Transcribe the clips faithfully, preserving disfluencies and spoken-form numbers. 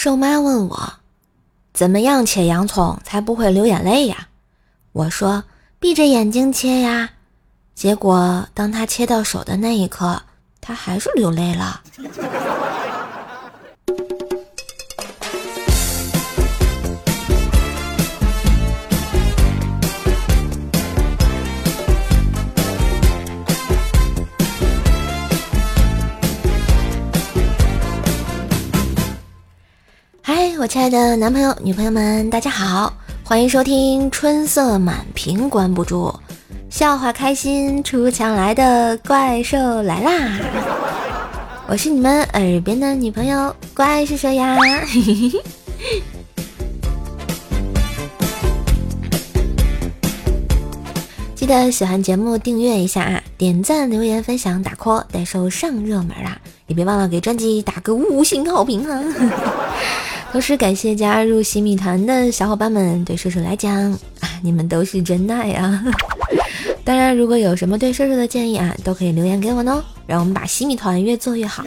瘦妈问我，怎么样切洋葱才不会流眼泪呀？我说闭着眼睛切呀。结果当他切到手的那一刻，他还是流泪了。嗨，我亲爱的男朋友女朋友们，大家好，欢迎收听春色满屏关不住，笑话开心出墙来的怪兽来啦！我是你们耳边的女朋友怪是谁呀？记得喜欢节目订阅一下啊，点赞留言分享打 call 带收上热门啊，也别忘了给专辑打个五星好评啊！同时感谢加入洗米团的小伙伴们，对射手来讲啊，你们都是真爱啊！当然如果有什么对射手的建议啊，都可以留言给我呢，让我们把洗米团越做越好。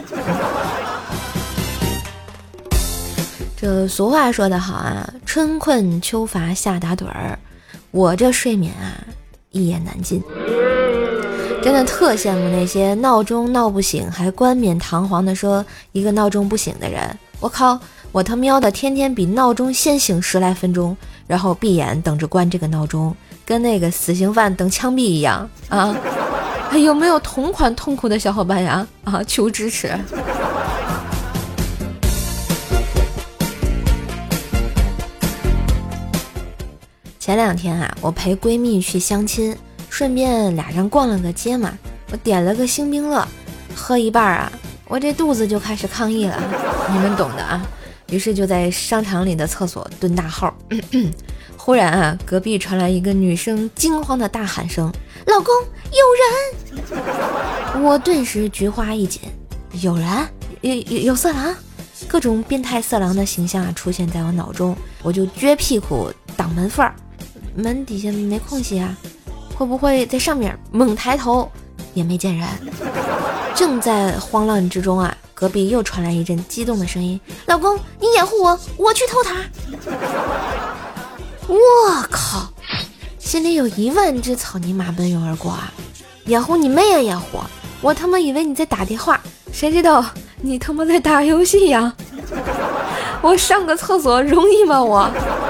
这俗话说得好啊，春困秋乏夏打盹儿，我这睡眠啊一言难尽。真的特羡慕那些闹钟闹不醒还冠冕堂皇的说一个闹钟不醒的人。我靠，我他喵的天天比闹钟先醒十来分钟，然后闭眼等着关这个闹钟，跟那个死刑犯等枪毙一样啊！有没有同款痛苦的小伙伴呀？啊，求支持！前两天啊，我陪闺蜜去相亲，顺便俩人逛了个街嘛，我点了个星冰乐，喝一半啊，我这肚子就开始抗议了，你们懂的啊。于是就在商场里的厕所蹲大号，咳咳忽然啊，隔壁传来一个女生惊慌的大喊声：“老公，有人！”我顿时菊花一紧，有人？有有有色狼？各种变态色狼的形象啊出现在我脑中，我就撅屁股挡门缝儿，门底下没空隙啊，会不会在上面？猛抬头也没见人。正在慌乱之中啊，隔壁又传来一阵激动的声音：“老公，你掩护我，我去偷塔。”我靠，心里有一万只草泥马奔涌而过啊！掩护你妹呀，掩护！我他妈以为你在打电话，谁知道你他妈在打游戏呀！我上个厕所容易吗我？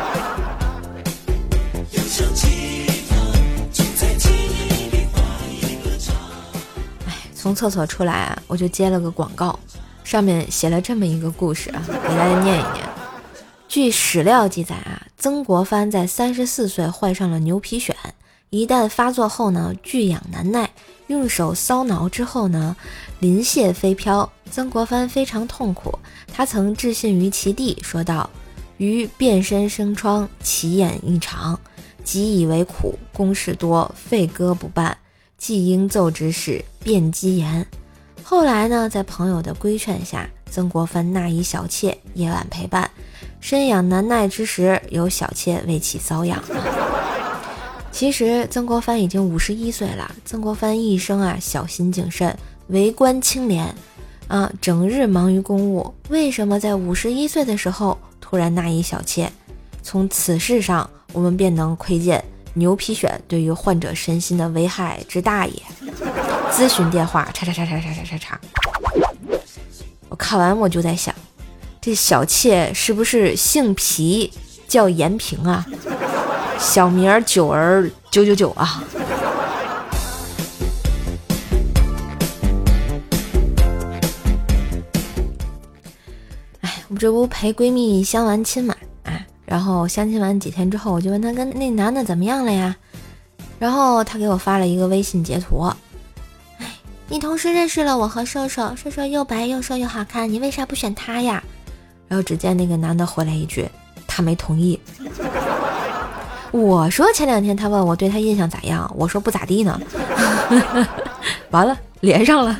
从厕所出来啊，我就接了个广告，上面写了这么一个故事啊，给大家念一念。据史料记载啊，曾国藩在三十四岁患上了牛皮癣，一旦发作后呢，剧痒难耐，用手搔挠之后呢，鳞屑飞飘，曾国藩非常痛苦。他曾致信于其弟，说道：“余遍身生疮，其眼异常，即以为苦，公事多，废歌不办。既应奏之事，便积言。”后来呢，在朋友的规劝下，曾国藩纳以小妾，夜晚陪伴。身痒难耐之时，有小妾为其瘙痒。其实曾国藩已经五十一岁了，曾国藩一生啊小心谨慎，为官清廉啊，整日忙于公务。为什么在五十一岁的时候突然纳以小妾？从此事上，我们便能窥见牛皮癣对于患者身心的危害之大也。咨询电话叉叉叉叉叉叉叉叉。我看完我就在想，这小妾是不是姓皮叫延平啊？小名九儿九九九啊？哎，我这不陪闺蜜相完亲嘛，啊，然后相亲完几天之后，我就问她跟那男的怎么样了呀？然后她给我发了一个微信截图。哎，你同时认识了我和瘦瘦，瘦瘦又白又瘦又好看，你为啥不选他呀？然后只见那个男的回来一句，他没同意。我说前两天他问我对他印象咋样，我说不咋地呢。完了，连上了。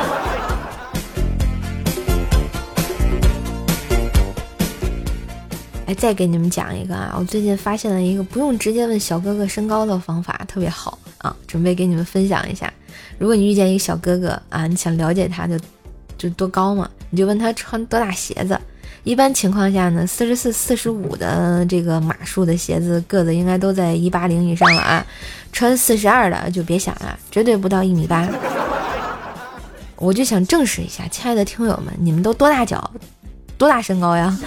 哎，再给你们讲一个啊，我最近发现了一个不用直接问小哥哥身高的方法，特别好啊，准备给你们分享一下。如果你遇见一个小哥哥啊，你想了解他就就多高嘛，你就问他穿多大鞋子， 一般情况下呢，四十四、四十五的这个码数的鞋子个子应该都在一八零以上了啊，穿四十二的就别想了，绝对不到一米八。我就想证实一下，亲爱的听友们，你们都多大脚，多大身高呀？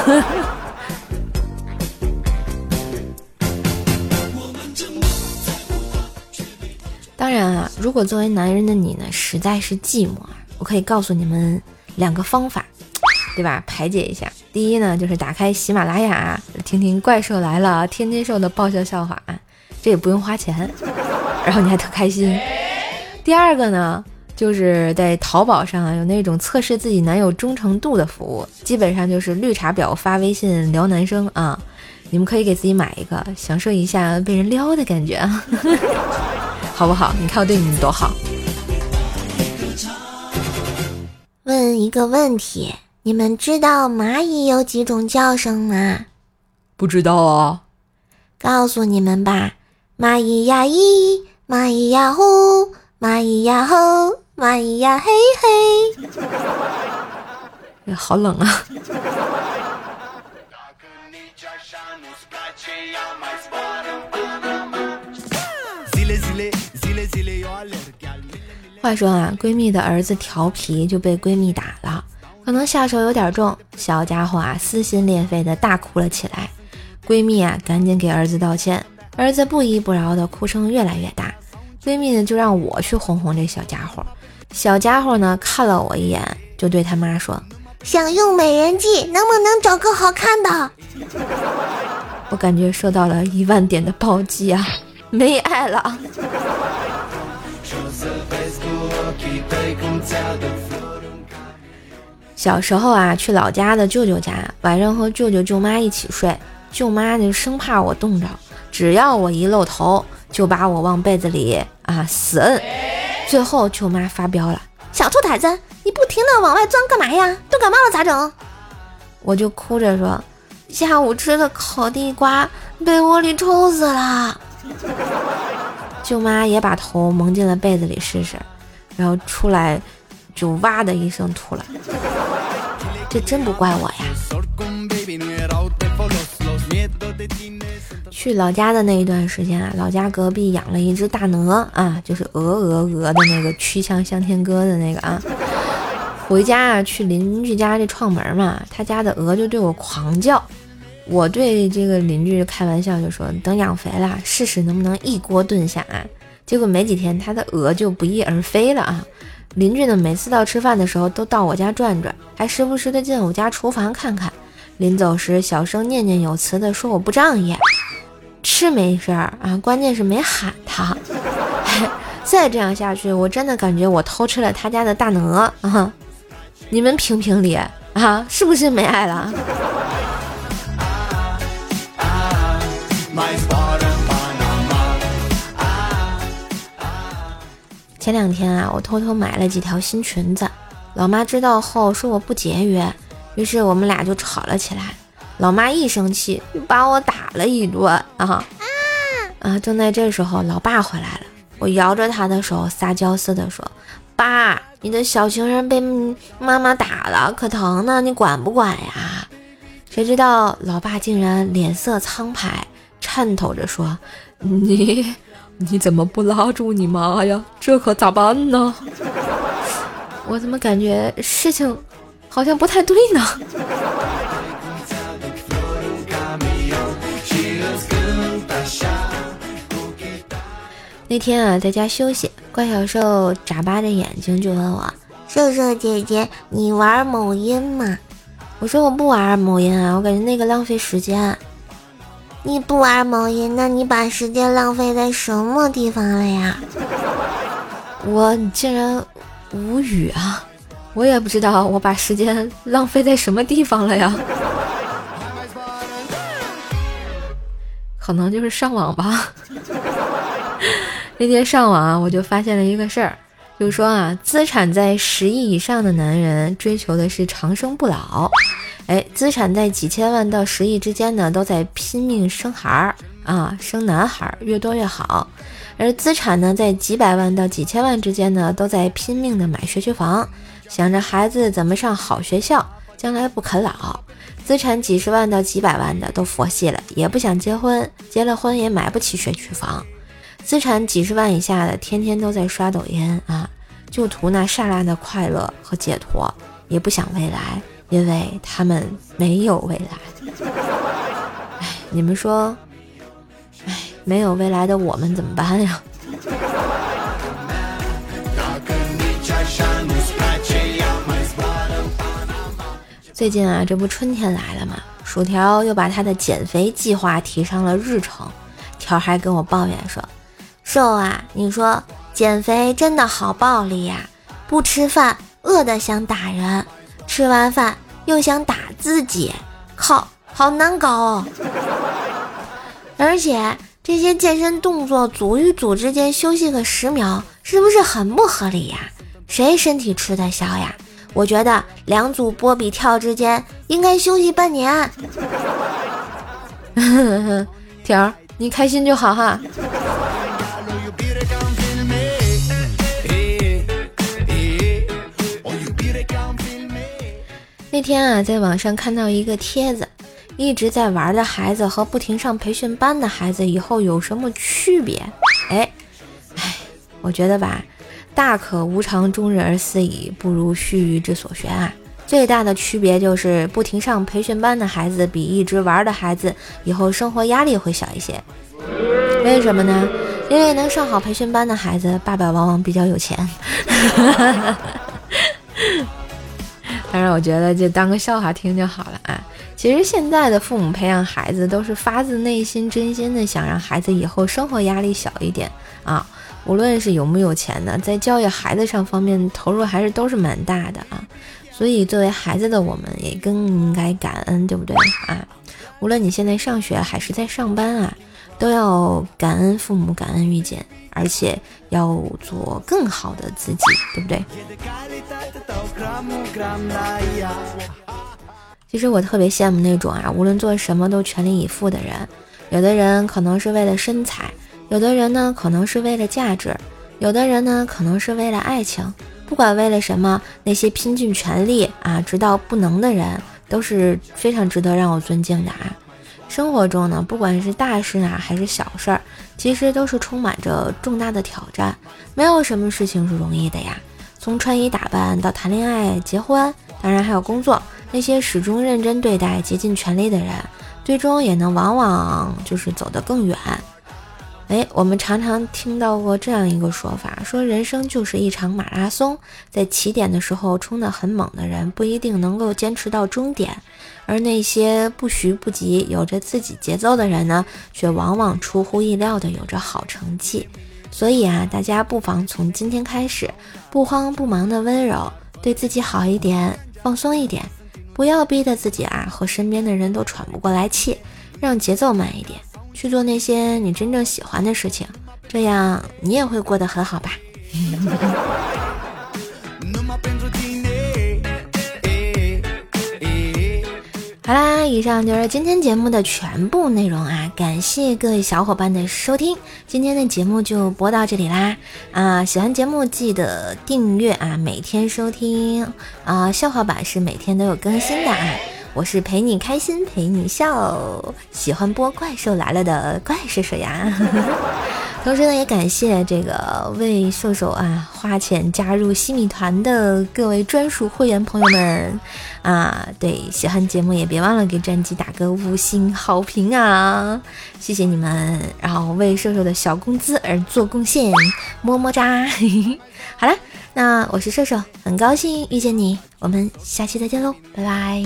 当然啊，如果作为男人的你呢，实在是寂寞啊，我可以告诉你们两个方法，对吧？排解一下。第一呢，就是打开喜马拉雅，听听怪兽来了、天津兽的爆笑笑话，这也不用花钱，然后你还特开心。第二个呢，就是在淘宝上啊，有那种测试自己男友忠诚度的服务，基本上就是绿茶婊发微信撩男生啊，你们可以给自己买一个，享受一下被人撩的感觉啊。好不好？你看我对你们多好。 问一个问题，你们知道蚂蚁有几种叫声吗？ 不知道啊。 告诉你们吧，蚂蚁呀咦，蚂蚁呀呼，蚂蚁呀吼，蚂蚁呀嘿嘿。好冷啊。话说啊，闺蜜的儿子调皮就被闺蜜打了，可能下手有点重，小家伙啊撕心裂肺的大哭了起来。闺蜜啊赶紧给儿子道歉，儿子不依不饶的哭声越来越大，闺蜜呢就让我去哄哄这小家伙。小家伙呢看了我一眼，就对他妈说， 想用美人计，能不能找个好看的？ 我感觉受到了一万点的暴击啊，没爱了。小时候啊，去老家的舅舅家，晚上和舅舅舅妈一起睡，舅妈就生怕我冻着，只要我一露头，就把我往被子里啊死摁。最后舅妈发飙了， 小兔崽子，你不停地往外钻干嘛呀？都感冒了咋整？ 我就哭着说，下午吃的烤地瓜被窝里臭死了。舅妈也把头蒙进了被子里试试，然后出来就哇的一声吐了。这真不怪我呀。去老家的那一段时间啊，老家隔壁养了一只大鹅啊，就是鹅鹅鹅的那个曲项向天歌的那个啊。回家啊，去邻居家这串门嘛，他家的鹅就对我狂叫。我对这个邻居开玩笑就说，等养肥了试试能不能一锅炖下啊。结果没几天他的鹅就不翼而飞了啊。邻居呢每次到吃饭的时候都到我家转转，还时不时的进我家厨房看看，临走时小声念念有词的说我不仗义，吃没事儿啊，关键是没喊他。再这样下去我真的感觉我偷吃了他家的大鹅啊！你们评评理啊，是不是没爱了？前两天啊，我偷偷买了几条新裙子，老妈知道后说我不节约，于是我们俩就吵了起来。老妈一生气就把我打了一顿啊啊！正在这时候，老爸回来了，我摇着他的手，撒娇似的说：“爸，你的小情人被妈妈打了，可疼呢，你管不管呀？”谁知道老爸竟然脸色苍白，颤抖着说：“你。”你怎么不拉住你妈呀？这可咋办呢？我怎么感觉事情好像不太对呢？那天啊，在家休息，怪小兽眨巴着眼睛就问我：“ 兽兽姐姐，你玩某音吗？” 我说我不玩某音啊，我感觉那个浪费时间。 你不玩某音，那你把时间浪费在什么地方了呀？ 我竟然无语啊！我也不知道我把时间浪费在什么地方了呀。可能就是上网吧。那天上网啊，我就发现了一个事儿，就是说啊，资产在十亿以上的男人追求的是长生不老。哎，资产在几千万到十亿之间呢，都在拼命生孩儿啊，生男孩，越多越好。而资产呢，在几百万到几千万之间呢，都在拼命的买学区房，想着孩子怎么上好学校，将来不啃老。 资产几十万到几百万的都佛系了，也不想结婚，结了婚也买不起学区房。资产几十万以下的天天都在刷抖音啊，就图那刹那的快乐和解脱，也不想未来，因为他们没有未来。哎，你们说，哎，没有未来的我们怎么办呀？最近啊，这不春天来了吗？薯条又把他的减肥计划提上了日程。条还跟我抱怨说：“ 瘦啊，你说减肥真的好暴力呀！不吃饭饿得想打人，吃完饭又想打自己，靠，好难搞哦！而且这些健身动作组与组之间休息个十秒，是不是很不合理呀？谁身体吃得消呀？我觉得两组波比跳之间应该休息半年。” 条儿，你开心就好哈。那天啊，在网上看到一个帖子，一直在玩的孩子和不停上培训班的孩子以后有什么区别？哎，哎，我觉得吧，大可无常终日而思矣，不如须臾之所学啊。最大的区别就是不停上培训班的孩子比一直玩的孩子以后生活压力会小一些。为什么呢？因为能上好培训班的孩子爸爸往往比较有钱。当然我觉得就当个笑话听就好了啊。其实现在的父母培养孩子都是发自内心真心的想让孩子以后生活压力小一点啊，无论是有没有钱的，在教育孩子上方面投入还是都是蛮大的啊。所以作为孩子的我们也更应该感恩，对不对啊？无论你现在上学还是在上班啊，都要感恩父母，感恩遇见，而且要做更好的自己，对不对？其实我特别羡慕那种啊，无论做什么都全力以赴的人。有的人可能是为了身材，有的人呢可能是为了价值，有的人呢可能是为了爱情。不管为了什么，那些拼尽全力啊，直到不能的人，都是非常值得让我尊敬的啊。生活中呢，不管是大事啊还是小事儿，其实都是充满着重大的挑战，没有什么事情是容易的呀。从穿衣打扮到谈恋爱、结婚，当然还有工作，那些始终认真对待、竭尽全力的人，最终也能往往就是走得更远。哎，我们常常听到过这样一个说法，说人生就是一场马拉松，在起点的时候冲得很猛的人不一定能够坚持到终点，而那些不徐不急有着自己节奏的人呢，却往往出乎意料的有着好成绩。所以啊，大家不妨从今天开始，不慌不忙的温柔，对自己好一点，放松一点，不要逼得自己啊和身边的人都喘不过来气，让节奏慢一点，去做那些你真正喜欢的事情，这样你也会过得很好吧。好啦，以上就是今天节目的全部内容啊！感谢各位小伙伴的收听，今天的节目就播到这里啦！啊，喜欢节目记得订阅啊，每天收听啊，笑话版是每天都有更新的啊！我是陪你开心陪你笑，喜欢播怪兽来了的怪兽兽呀。同时呢，也感谢这个为兽兽啊花钱加入西米团的各位专属会员朋友们啊，对，喜欢节目也别忘了给专辑打个五星好评啊，谢谢你们，然后为兽兽的小工资而做贡献，么么哒。好了，那我是兽兽，很高兴遇见你，我们下期再见喽，拜拜。